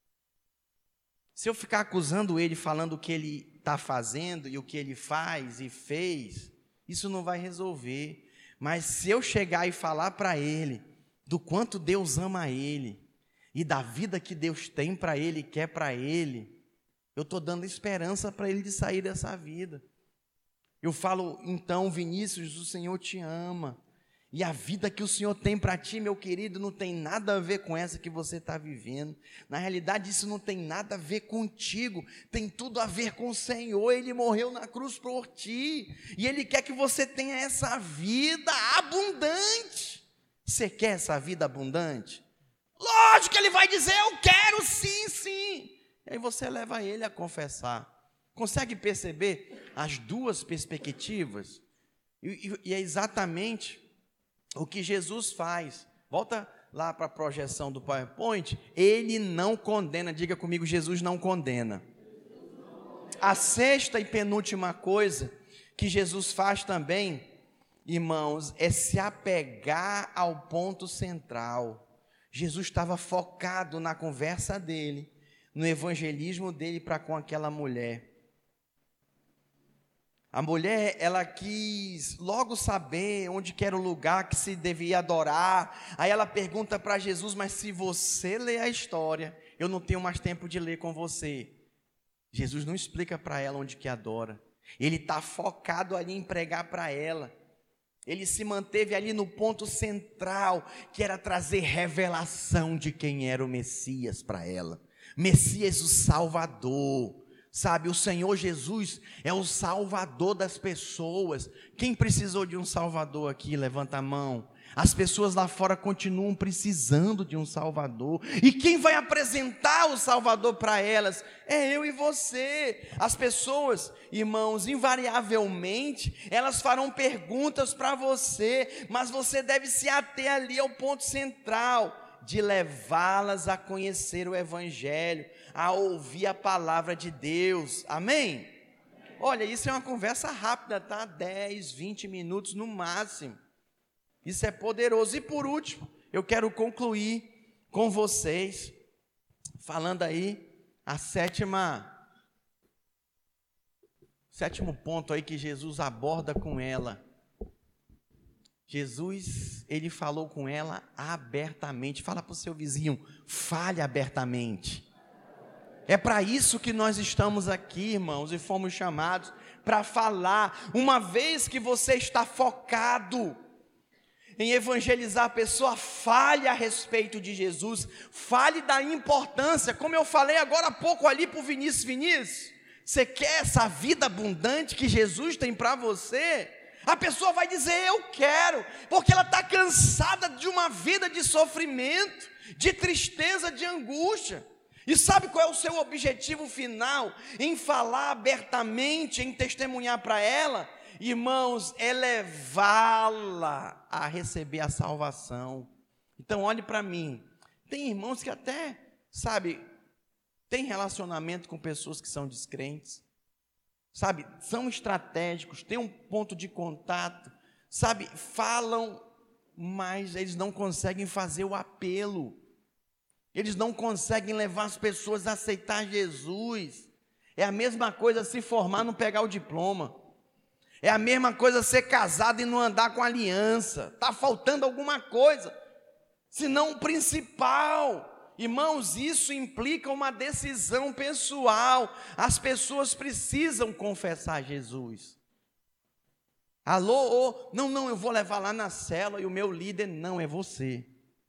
Se eu ficar acusando ele, falando o que ele está fazendo e o que ele faz e fez, isso não vai resolver. Mas se eu chegar e falar para ele do quanto Deus ama ele e da vida que Deus tem para ele e quer para ele, eu estou dando esperança para ele de sair dessa vida. Eu falo: então, Vinícius, o Senhor te ama. E a vida que o Senhor tem para ti, meu querido, não tem nada a ver com essa que você está vivendo. Na realidade, isso não tem nada a ver contigo, tem tudo a ver com o Senhor. Ele morreu na cruz por ti, e Ele quer que você tenha essa vida abundante. Você quer essa vida abundante? Lógico que Ele vai dizer, eu quero sim, sim. E aí você leva Ele a confessar. Consegue perceber as duas perspectivas? E é exatamente o que Jesus faz. Volta lá para a projeção do PowerPoint. Ele não condena, diga comigo, Jesus não condena. A sexta e penúltima coisa que Jesus faz também, irmãos, é se apegar ao ponto central. Jesus estava focado na conversa dele, no evangelismo dele para com aquela mulher. A mulher, ela quis logo saber onde que era o lugar que se devia adorar. Aí ela pergunta para Jesus, mas se você ler a história, eu não tenho mais tempo de ler com você. Jesus não explica para ela onde que adora. Ele está focado ali em pregar para ela. Ele se manteve ali no ponto central, que era trazer revelação de quem era o Messias para ela. Messias, o Salvador. Sabe, o Senhor Jesus é o Salvador das pessoas. Quem precisou de um Salvador aqui? Levanta a mão. As pessoas lá fora continuam precisando de um Salvador. E quem vai apresentar o Salvador para elas? É eu e você. As pessoas, irmãos, invariavelmente, elas farão perguntas para você, mas você deve se ater ali ao ponto central, de levá-las a conhecer o Evangelho, a ouvir a palavra de Deus, amém? Olha, isso é uma conversa rápida, tá? 10, 20 minutos no máximo, isso é poderoso. E por último, eu quero concluir com vocês, falando aí, sétimo ponto aí que Jesus aborda com ela. Jesus, ele falou com ela abertamente. Fala para o seu vizinho, fale abertamente. É para isso que nós estamos aqui, irmãos, e fomos chamados para falar. Uma vez que você está focado em evangelizar a pessoa, fale a respeito de Jesus, fale da importância, como eu falei agora há pouco ali para o Vinícius, você quer essa vida abundante que Jesus tem para você? A pessoa vai dizer, eu quero, porque ela está cansada de uma vida de sofrimento, de tristeza, de angústia. E sabe qual é o seu objetivo final em falar abertamente, em testemunhar para ela? Irmãos, é levá-la a receber a salvação. Então olhe para mim, tem irmãos que até, sabe, tem relacionamento com pessoas que são descrentes, sabe, são estratégicos, têm um ponto de contato, sabe, falam, mas eles não conseguem fazer o apelo, eles não conseguem levar as pessoas a aceitar Jesus. É a mesma coisa se formar e não pegar o diploma, é a mesma coisa ser casado e não andar com aliança, está faltando alguma coisa, se não o principal. Irmãos, isso implica uma decisão pessoal. As pessoas precisam confessar Jesus. Alô, não, eu vou levar lá na célula e o meu líder não, é você.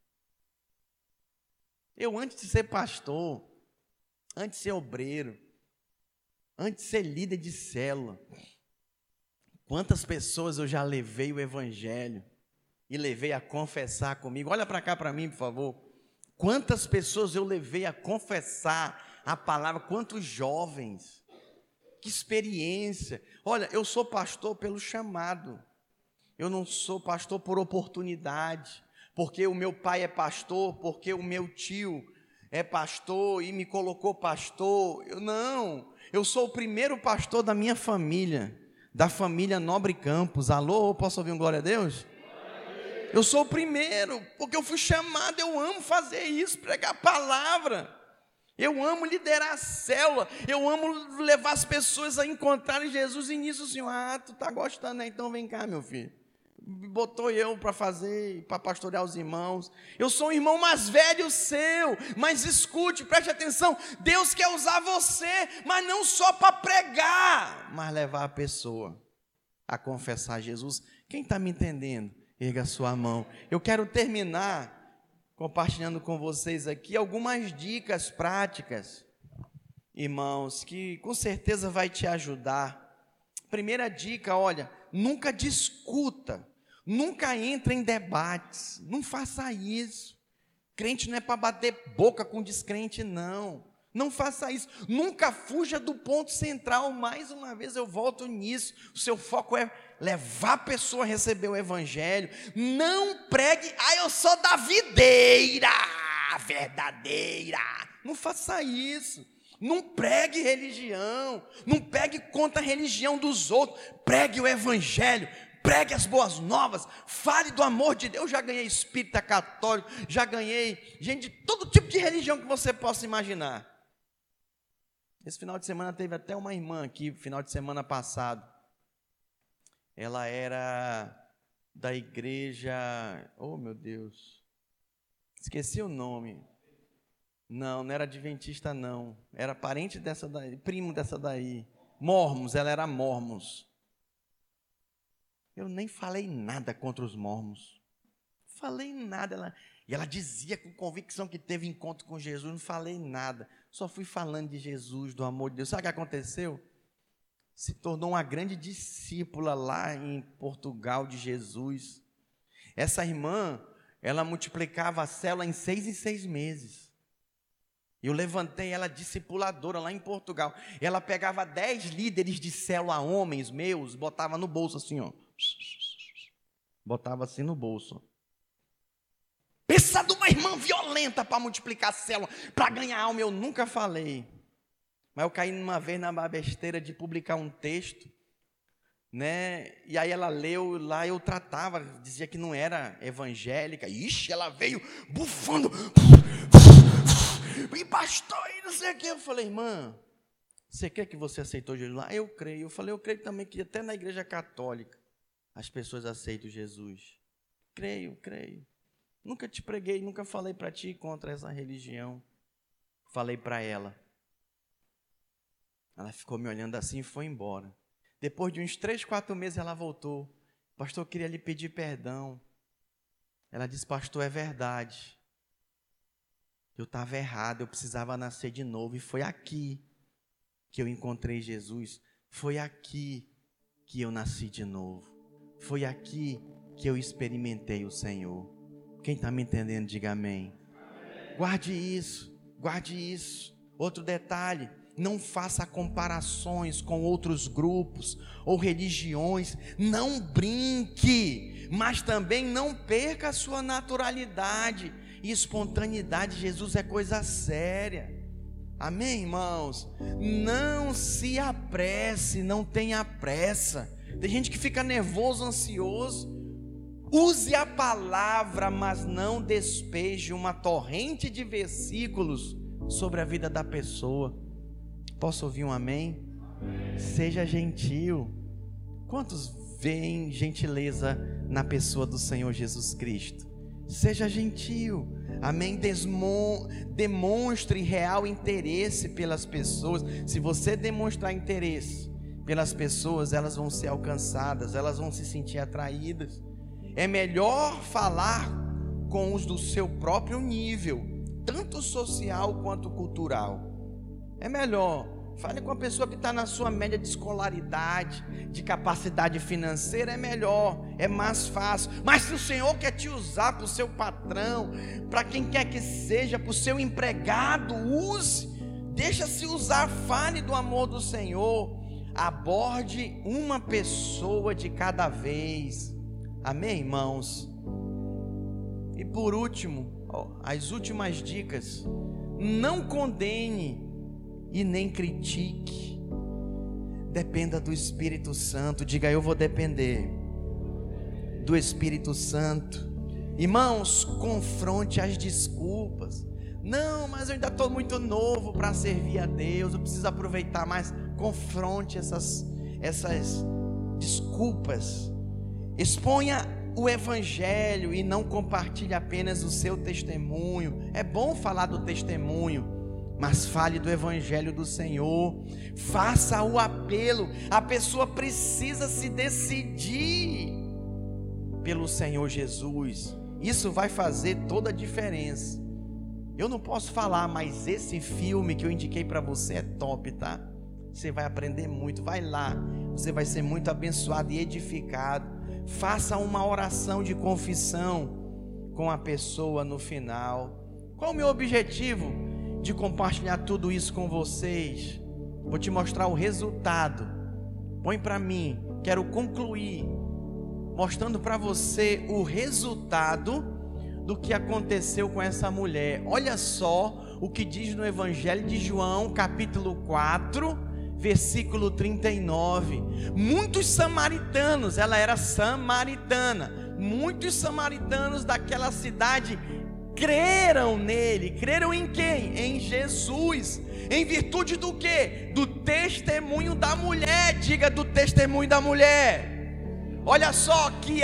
Eu, antes de ser pastor, antes de ser obreiro, antes de ser líder de célula, quantas pessoas eu já levei o evangelho e levei a confessar comigo? Olha para cá para mim, por favor. Quantas pessoas eu levei a confessar a palavra, quantos jovens, que experiência. Olha, eu sou pastor pelo chamado, eu não sou pastor por oportunidade, porque o meu pai é pastor, porque o meu tio é pastor e me colocou pastor. Eu sou o primeiro pastor da minha família, da família Nobre Campos. Alô, posso ouvir um glória a Deus? Eu sou o primeiro, porque eu fui chamado, eu amo fazer isso, pregar a palavra, eu amo liderar a célula, eu amo levar as pessoas a encontrarem Jesus, e nisso o Senhor, tu está gostando, né? Então vem cá, meu filho, botou eu para fazer, para pastorear os irmãos, eu sou um irmão mais velho seu, mas escute, preste atenção, Deus quer usar você, mas não só para pregar, mas levar a pessoa a confessar Jesus. Quem está me entendendo? Erga a sua mão. Eu quero terminar compartilhando com vocês aqui algumas dicas práticas, irmãos, que com certeza vai te ajudar. Primeira dica, olha, nunca discuta, nunca entre em debates, não faça isso. Crente não é para bater boca com descrente, não. Não faça isso, nunca fuja do ponto central. Mais uma vez eu volto nisso. O seu foco é levar a pessoa a receber o evangelho. Não pregue, eu sou da videira verdadeira. Não faça isso. Não pregue religião, não pregue contra a religião dos outros. Pregue o evangelho, pregue as boas novas, fale do amor de Deus. Eu já ganhei espírita católico, já ganhei gente de todo tipo de religião que você possa imaginar. Esse final de semana teve até uma irmã aqui, final de semana passado. Ela era da igreja, oh meu Deus, esqueci o nome. Não era adventista não, era parente dessa daí, primo dessa daí. Mormons, ela era mormons. Eu nem falei nada contra os mormons. Falei nada. E ela dizia com convicção que teve encontro com Jesus. Não falei nada. Só fui falando de Jesus, do amor de Deus. Sabe o que aconteceu? Se tornou uma grande discípula lá em Portugal de Jesus. Essa irmã, ela multiplicava a célula em 6 meses. Eu levantei ela discipuladora lá em Portugal. Ela pegava 10 líderes de célula, homens meus, botava no bolso assim, ó. Botava assim no bolso. Pensa de uma irmã violenta para multiplicar a célula, para ganhar alma. Eu nunca falei. Mas eu caí uma vez na besteira de publicar um texto, né? E aí ela leu lá, eu tratava, dizia que não era evangélica. Ixi, ela veio bufando. E pastor, e não sei o que. Eu falei, irmã, você crê que você aceitou Jesus lá? Eu creio. Eu falei, eu creio também que até na igreja católica as pessoas aceitam Jesus. Creio. Nunca te preguei, nunca falei para ti contra essa religião. Falei para ela. Ela ficou me olhando assim e foi embora. Depois de uns 3, 4 meses ela voltou. Pastor, eu queria lhe pedir perdão. Ela disse, pastor, é verdade. Eu estava errado, eu precisava nascer de novo. E foi aqui que eu encontrei Jesus. Foi aqui que eu nasci de novo. Foi aqui que eu experimentei o Senhor. Quem está me entendendo, diga amém. Guarde isso. Outro detalhe, não faça comparações com outros grupos ou religiões. Não brinque, mas também não perca a sua naturalidade e espontaneidade. Jesus é coisa séria. Amém, irmãos? Não se apresse, não tenha pressa. Tem gente que fica nervoso, ansioso. Use a palavra, mas não despeje uma torrente de versículos sobre a vida da pessoa. Posso ouvir um amém? Seja gentil. Quantos veem gentileza na pessoa do Senhor Jesus Cristo? Seja gentil, amém? Demonstre real interesse pelas pessoas. Se você demonstrar interesse pelas pessoas, elas vão ser alcançadas, elas vão se sentir atraídas. É melhor falar com os do seu próprio nível, tanto social quanto cultural. É melhor, fale com a pessoa que está na sua média de escolaridade, de capacidade financeira. É melhor, é mais fácil. Mas se o Senhor quer te usar para o seu patrão, para quem quer que seja, para o seu empregado, use, deixa-se usar, fale do amor do Senhor. Aborde uma pessoa de cada vez. Amém, irmãos? E por último, as últimas dicas: não condene e nem critique. Dependa do Espírito Santo. Diga, eu vou depender do Espírito Santo. Irmãos, confronte as desculpas. Não, mas eu ainda estou muito novo para servir a Deus, eu preciso aproveitar mais. Confronte essas desculpas. Exponha o evangelho e não compartilhe apenas o seu testemunho. É bom falar do testemunho, mas fale do evangelho do Senhor. Faça o apelo. A pessoa precisa se decidir. pelo Senhor Jesus. Isso vai fazer toda a diferença. Eu não posso falar, mas esse filme que eu indiquei para você é top, tá? Você vai aprender muito, vai lá. Você vai ser muito abençoado e edificado. Faça uma oração de confissão com a pessoa no final. Qual o meu objetivo de compartilhar tudo isso com vocês? Vou te mostrar o resultado. Põe para mim. Quero concluir mostrando para você o resultado do que aconteceu com essa mulher. Olha só o que diz no Evangelho de João, capítulo 4, versículo 39. Muitos samaritanos, ela era samaritana, muitos samaritanos daquela cidade creram nele. Creram em quem? Em Jesus. Em virtude do quê? Do testemunho da mulher. Diga, do testemunho da mulher. Olha só, que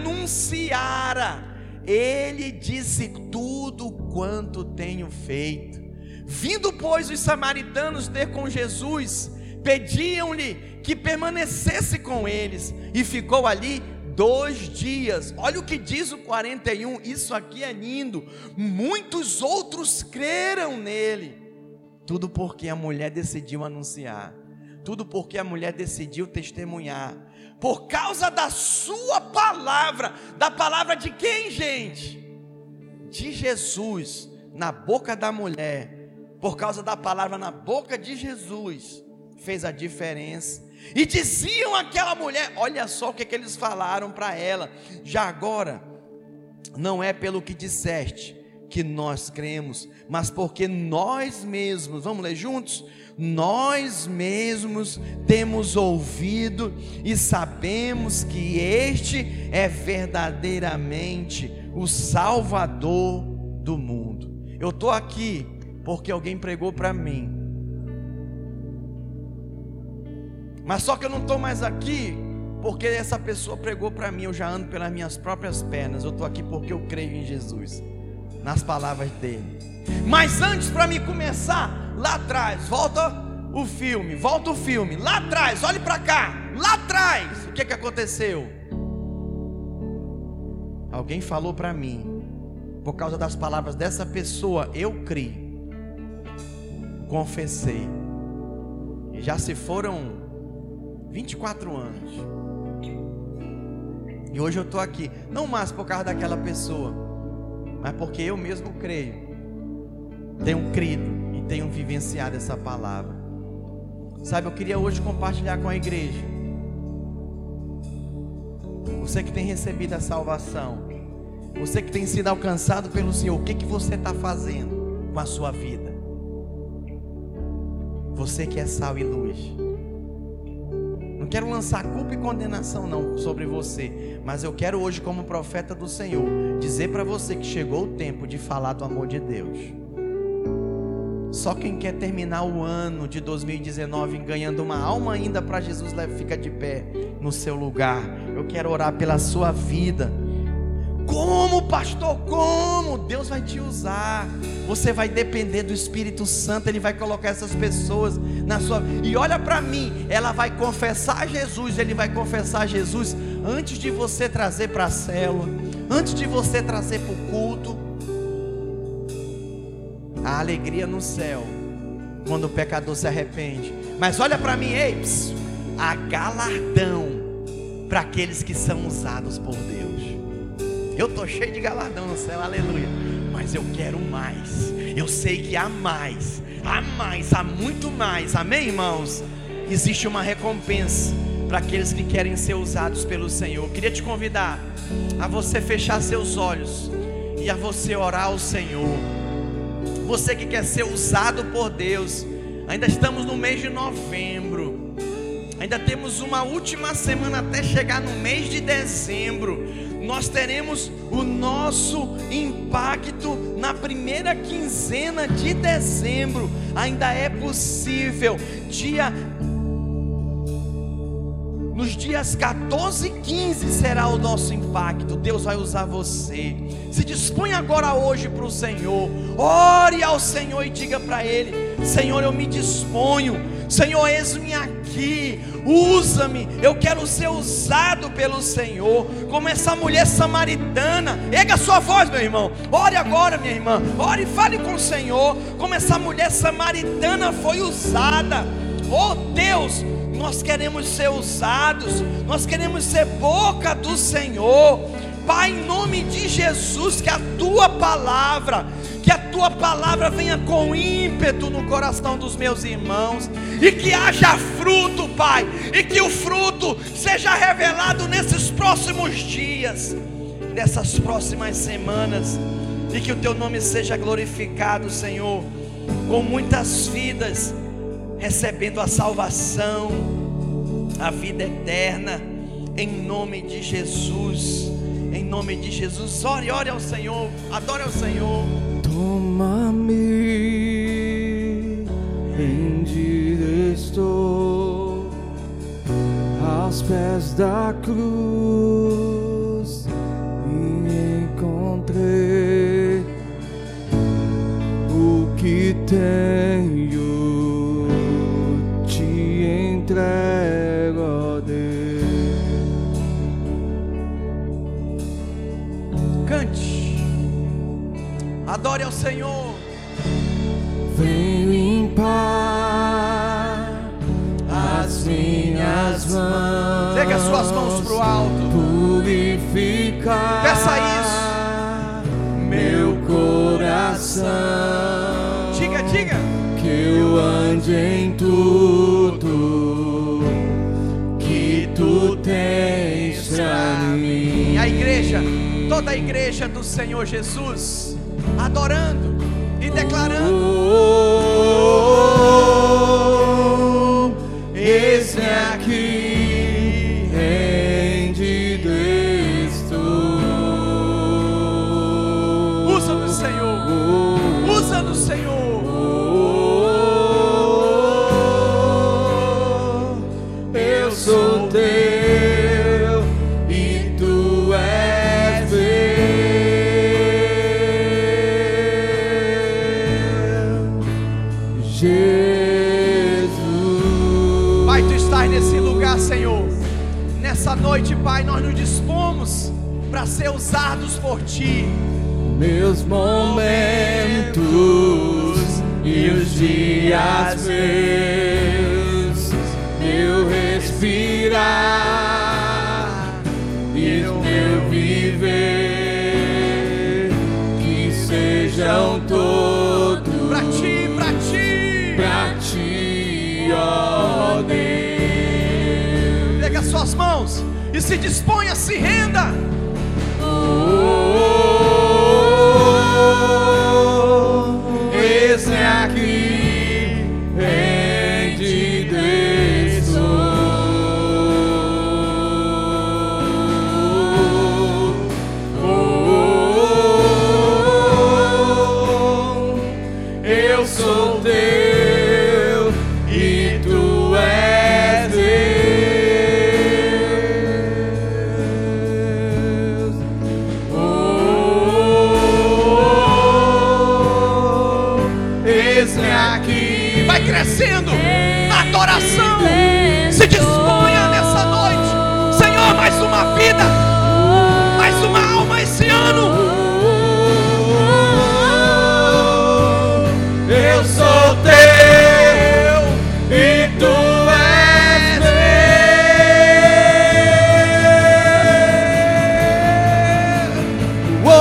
anunciara. Ele disse: tudo quanto tenho feito. Vindo, pois, os samaritanos ter com Jesus, pediam-lhe que permanecesse com eles, e ficou ali 2 dias. Olha o que diz o 41, isso aqui é lindo. Muitos outros creram nele. Tudo porque a mulher decidiu anunciar, tudo porque a mulher decidiu testemunhar, por causa da sua palavra. Da palavra de quem, gente? De Jesus, na boca da mulher. Por causa da palavra na boca de Jesus, fez a diferença. E diziam àquela mulher, olha só o que eles falaram para ela: já agora, não é pelo que disseste que nós cremos, mas porque nós mesmos, vamos ler juntos? Nós mesmos temos ouvido e sabemos que este é verdadeiramente o Salvador do mundo. Eu estou aqui porque alguém pregou para mim, mas só que eu não estou mais aqui porque essa pessoa pregou para mim. Eu já ando pelas minhas próprias pernas. Eu estou aqui porque eu creio em Jesus, nas palavras dele. Mas antes, para mim começar, lá atrás, volta o filme, lá atrás, olhe para cá, lá atrás, o que aconteceu? Alguém falou para mim, por causa das palavras dessa pessoa, eu criei, confessei, e já se foram 24 anos, e hoje eu estou aqui, não mais por causa daquela pessoa, mas porque eu mesmo creio, tenho crido e tenho vivenciado essa palavra. Sabe, eu queria hoje compartilhar com a igreja. Você que tem recebido a salvação, você que tem sido alcançado pelo Senhor, o que você está fazendo com a sua vida? Você que é sal e luz. Não quero lançar culpa e condenação não sobre você, mas eu quero hoje, como profeta do Senhor, dizer para você que chegou o tempo de falar do amor de Deus. Só quem quer terminar o ano de 2019 ganhando uma alma ainda para Jesus, fica de pé no seu lugar. Eu quero orar pela sua vida. Como, pastor? Como? Deus vai te usar. Você vai depender do Espírito Santo. Ele vai colocar essas pessoas na sua vida. E olha para mim, ela vai confessar Jesus. Ele vai confessar Jesus antes de você trazer para a célula, antes de você trazer para o culto. A alegria no céu quando o pecador se arrepende. Mas olha para mim, ei, há galardão para aqueles que são usados por Deus. Eu estou cheio de galardão no céu, aleluia. Mas eu quero mais. Eu sei que há mais, há muito mais. Amém, irmãos? Existe uma recompensa para aqueles que querem ser usados pelo Senhor. Eu queria te convidar a você fechar seus olhos e a você orar ao Senhor. Você que quer ser usado por Deus, ainda estamos no mês de novembro, ainda temos uma última semana até chegar no mês de dezembro. Nós teremos o nosso impacto na primeira quinzena de dezembro. Ainda é possível, nos dias 14 e 15 será o nosso impacto. Deus vai usar você. Se dispõe agora hoje para o Senhor. Ore ao Senhor e diga para Ele: Senhor, eu me disponho. Senhor, eis-me aqui. aqui, usa-me, eu quero ser usado pelo Senhor, como essa mulher samaritana. Erga a sua voz, meu irmão, ore agora, minha irmã, ore e fale com o Senhor, como essa mulher samaritana foi usada. Oh Deus, nós queremos ser usados, nós queremos ser boca do Senhor. Pai, em nome de Jesus, que a Tua palavra venha com ímpeto no coração dos meus irmãos, e que haja fruto, Pai, e que o fruto seja revelado nesses próximos dias, nessas próximas semanas, e que o Teu nome seja glorificado, Senhor, com muitas vidas recebendo a salvação, a vida eterna, em nome de Jesus. Em nome de Jesus, ore ao Senhor, adore ao Senhor. Toma-me, rendido estou aos pés da cruz, e encontrei o que tenho, te entrego, ó Deus. Cante, adore ao Senhor. Vem limpar as minhas mãos, Erga as suas mãos pro alto, purificar, peça isso, meu coração. Diga, que eu ande em tudo que Tu tens pra mim. A igreja, toda a igreja do Senhor Jesus, adorando e declarando: eis-me aqui, rendido estou. usa-nos, Senhor, usa-nos, Senhor. Eu sou Teu e Tu és meu. Jesus. Pai, Tu estás nesse lugar, Senhor. Nessa noite, Pai, nós nos dispomos para ser usados por Ti. Meus momentos e os dias meus, meu respirar e o meu viver, que sejam todos Pra Ti, ó Deus. pega as suas mãos e se disponha, se renda. Eis-me aqui, rendido estou. Eu sou Teu e Tu és Deus. Eis-me aqui. Vai crescendo na adoração. Se disponha nessa noite, Senhor, mais uma vida, mais uma alma esse ano. Eu sou Teu e Tu és meu.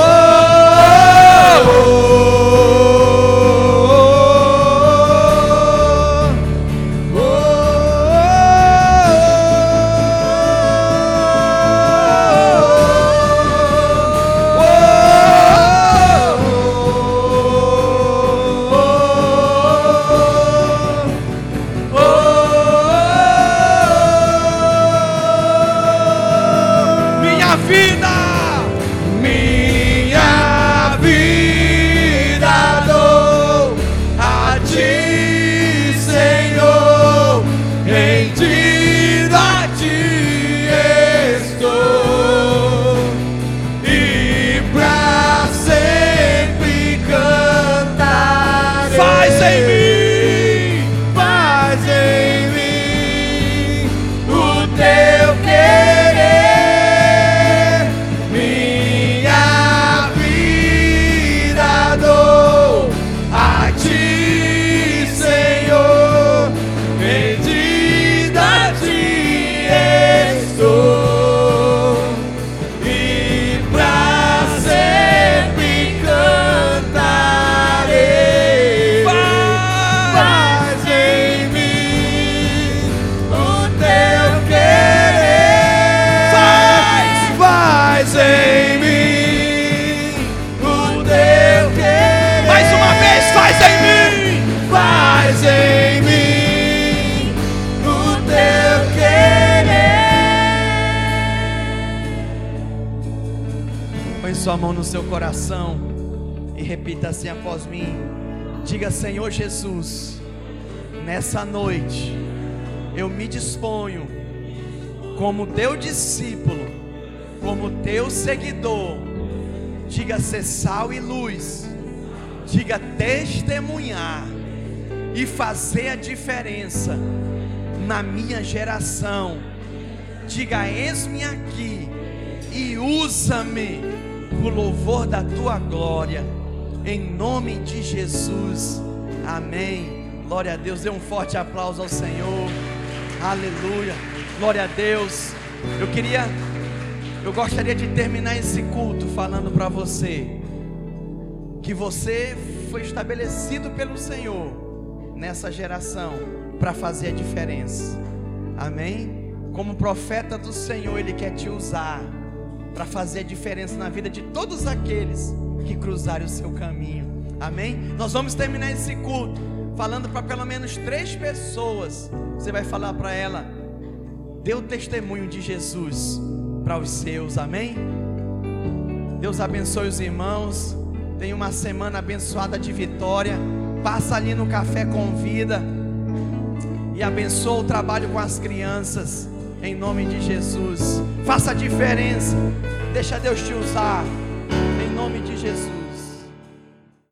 Minha vida dou a Ti, Senhor, rendido a Ti estou, e pra sempre cantarei. Faz em mim, Faz em mim sua mão no seu coração e repita assim após mim. Diga: Senhor Jesus, nessa noite eu me disponho como teu discípulo, como teu seguidor. Diga: ser sal e luz. Diga: testemunhar e fazer a diferença na minha geração. Diga: eis-me aqui e usa-me para o louvor da tua glória, em nome de Jesus, amém. Glória a Deus, dê um forte aplauso ao Senhor, aleluia, glória a Deus. Eu gostaria de terminar esse culto falando para você que você foi estabelecido pelo Senhor nessa geração para fazer a diferença, amém. Como profeta do Senhor, Ele quer te usar para fazer a diferença na vida de todos aqueles que cruzarem o seu caminho, amém. Nós vamos terminar esse culto falando para pelo menos 3 pessoas. Você vai falar para ela: dê o testemunho de Jesus para os seus, amém. Deus abençoe os irmãos. Tenha uma semana abençoada de vitória. Passa ali no Café Convida e abençoa o trabalho com as crianças, em nome de Jesus. Faça a diferença, deixa Deus te usar, em nome de Jesus.